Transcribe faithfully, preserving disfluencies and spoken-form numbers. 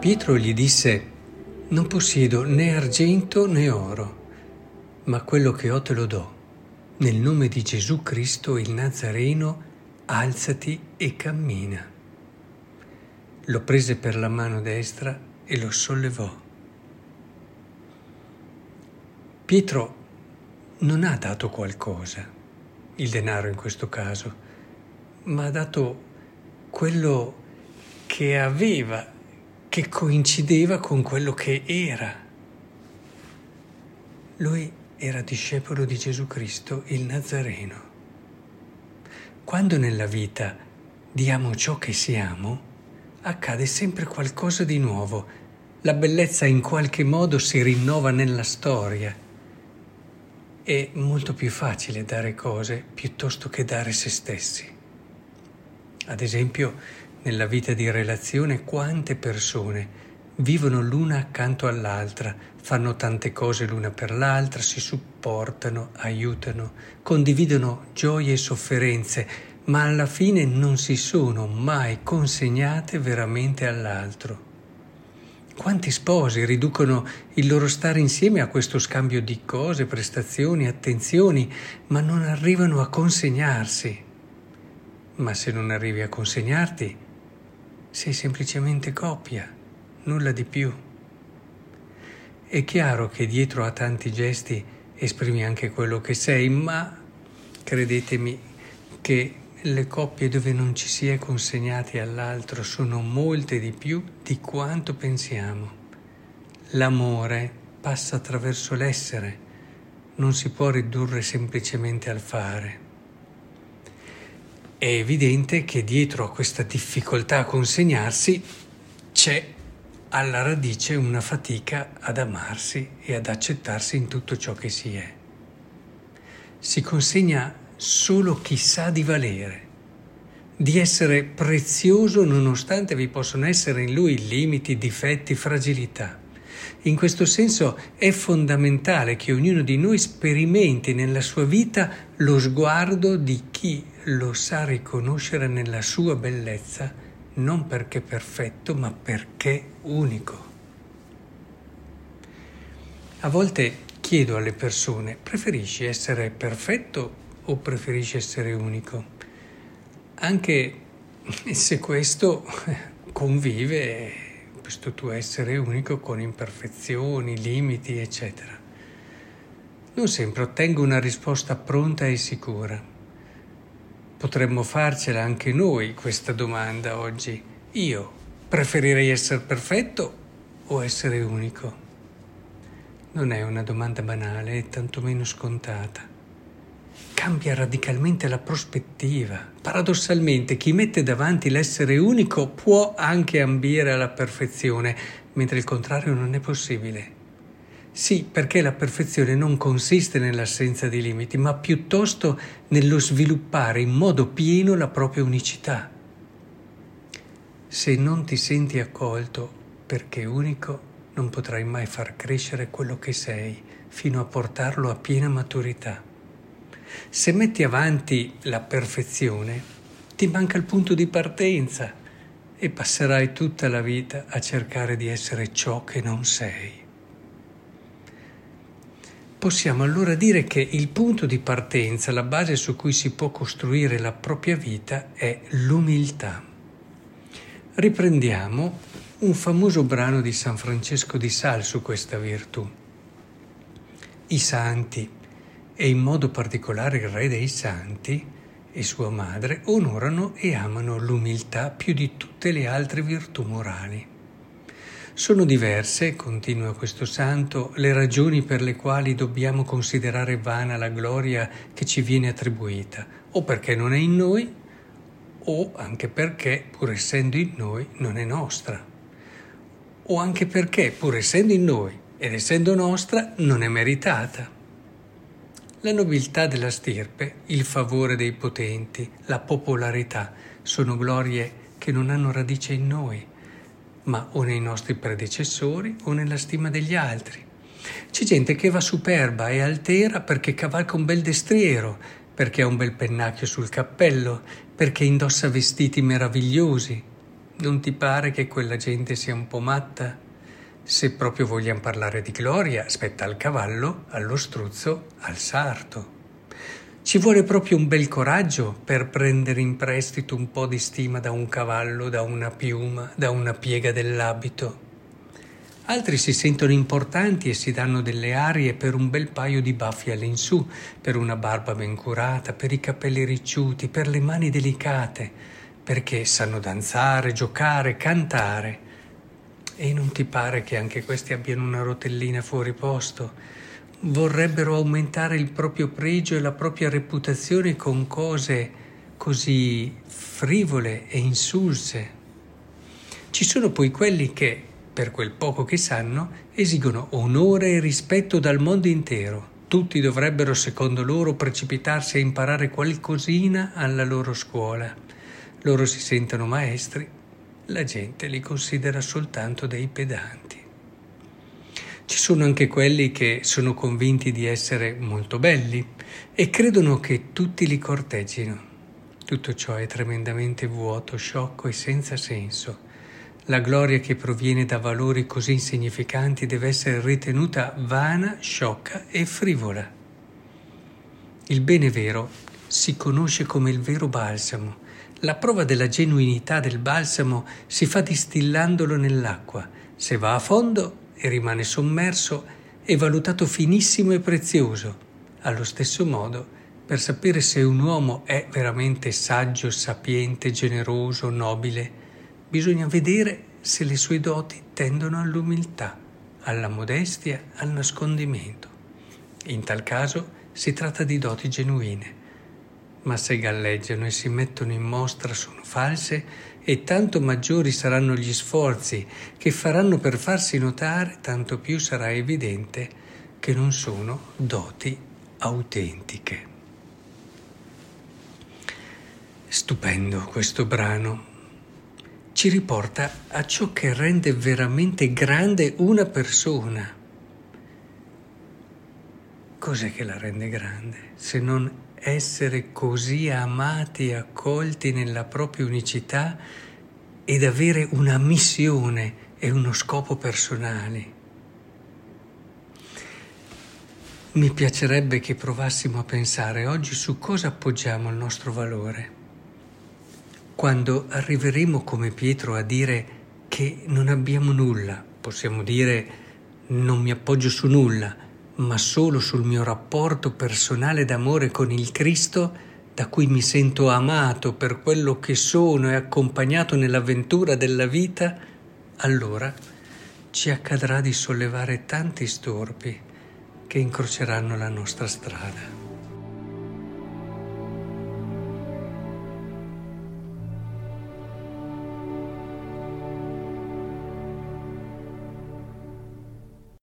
Pietro gli disse: «Non possiedo né argento né oro, ma quello che ho te lo do. Nel nome di Gesù Cristo il Nazareno, alzati e cammina». Lo prese per la mano destra e lo sollevò. Pietro non ha dato qualcosa, il denaro in questo caso, ma ha dato quello che aveva, che coincideva con quello che era. Lui era discepolo di Gesù Cristo, il Nazareno. Quando nella vita diamo ciò che siamo, accade sempre qualcosa di nuovo. La bellezza in qualche modo si rinnova nella storia. È molto più facile dare cose piuttosto che dare se stessi. Ad esempio, nella vita di relazione, quante persone vivono l'una accanto all'altra, fanno tante cose l'una per l'altra, si supportano, aiutano, condividono gioie e sofferenze, ma alla fine non si sono mai consegnate veramente all'altro. Quanti sposi riducono il loro stare insieme a questo scambio di cose, prestazioni, attenzioni, ma non arrivano a consegnarsi. Ma se non arrivi a consegnarti, sei semplicemente coppia, nulla di più. È chiaro che dietro a tanti gesti esprimi anche quello che sei, ma credetemi che le coppie dove non ci si è consegnati all'altro sono molte di più di quanto pensiamo. L'amore passa attraverso l'essere, non si può ridurre semplicemente al fare. È evidente che dietro a questa difficoltà a consegnarsi c'è alla radice una fatica ad amarsi e ad accettarsi in tutto ciò che si è. Si consegna solo chi sa di valere, di essere prezioso nonostante vi possono essere in lui limiti, difetti, fragilità. In questo senso è fondamentale che ognuno di noi sperimenti nella sua vita lo sguardo di chi lo sa riconoscere nella sua bellezza, non perché perfetto, ma perché unico. A volte chiedo alle persone: preferisci essere perfetto o preferisci essere unico? Anche se questo convive, questo tuo essere unico, con imperfezioni, limiti, eccetera. Non sempre ottengo una risposta pronta e sicura. Potremmo farcela anche noi questa domanda oggi. Io preferirei essere perfetto o essere unico? Non è una domanda banale e tantomeno scontata. Cambia radicalmente la prospettiva. Paradossalmente, chi mette davanti l'essere unico può anche ambire alla perfezione, mentre il contrario non è possibile. Sì, perché la perfezione non consiste nell'assenza di limiti, ma piuttosto nello sviluppare in modo pieno la propria unicità. Se non ti senti accolto perché unico, non potrai mai far crescere quello che sei, fino a portarlo a piena maturità. Se metti avanti la perfezione, ti manca il punto di partenza e passerai tutta la vita a cercare di essere ciò che non sei. Possiamo allora dire che il punto di partenza, la base su cui si può costruire la propria vita, è l'umiltà. Riprendiamo un famoso brano di San Francesco di Sales su questa virtù. I santi, e in modo particolare il Re dei Santi e sua madre, onorano e amano l'umiltà più di tutte le altre virtù morali. Sono diverse, continua questo santo, le ragioni per le quali dobbiamo considerare vana la gloria che ci viene attribuita, o perché non è in noi, o anche perché, pur essendo in noi, non è nostra, o anche perché, pur essendo in noi ed essendo nostra, non è meritata. La nobiltà della stirpe, il favore dei potenti, la popolarità sono glorie che non hanno radice in noi, ma o nei nostri predecessori o nella stima degli altri. C'è gente che va superba e altera perché cavalca un bel destriero, perché ha un bel pennacchio sul cappello, perché indossa vestiti meravigliosi. Non ti pare che quella gente sia un po' matta? Se proprio vogliamo parlare di gloria, aspetta al cavallo, allo struzzo, al sarto. Ci vuole proprio un bel coraggio per prendere in prestito un po' di stima da un cavallo, da una piuma, da una piega dell'abito. Altri si sentono importanti e si danno delle arie per un bel paio di baffi all'insù, per una barba ben curata, per i capelli ricciuti, per le mani delicate, perché sanno danzare, giocare, cantare. E non ti pare che anche questi abbiano una rotellina fuori posto? Vorrebbero aumentare il proprio pregio e la propria reputazione con cose così frivole e insulse. Ci sono poi quelli che, per quel poco che sanno, esigono onore e rispetto dal mondo intero. Tutti dovrebbero, secondo loro, precipitarsi a imparare qualcosina alla loro scuola. Loro si sentono maestri, la gente li considera soltanto dei pedanti. Ci sono anche quelli che sono convinti di essere molto belli e credono che tutti li corteggino. Tutto ciò è tremendamente vuoto, sciocco e senza senso. La gloria che proviene da valori così insignificanti deve essere ritenuta vana, sciocca e frivola. Il bene vero si conosce come il vero balsamo. La prova della genuinità del balsamo si fa distillandolo nell'acqua. Se va a fondo e rimane sommerso, è valutato finissimo e prezioso. Allo stesso modo, per sapere se un uomo è veramente saggio, sapiente, generoso, nobile, bisogna vedere se le sue doti tendono all'umiltà, alla modestia, al nascondimento. In tal caso si tratta di doti genuine, ma se galleggiano e si mettono in mostra sono false, e tanto maggiori saranno gli sforzi che faranno per farsi notare, tanto più sarà evidente che non sono doti autentiche. Stupendo questo brano. Ci riporta a ciò che rende veramente grande una persona. Cos'è che la rende grande, se non essere così amati e accolti nella propria unicità ed avere una missione e uno scopo personali? Mi piacerebbe che provassimo a pensare oggi su cosa appoggiamo il nostro valore. Quando arriveremo come Pietro a dire che non abbiamo nulla, possiamo dire non mi appoggio su nulla, ma solo sul mio rapporto personale d'amore con il Cristo, da cui mi sento amato per quello che sono e accompagnato nell'avventura della vita, allora ci accadrà di sollevare tanti storpi che incroceranno la nostra strada.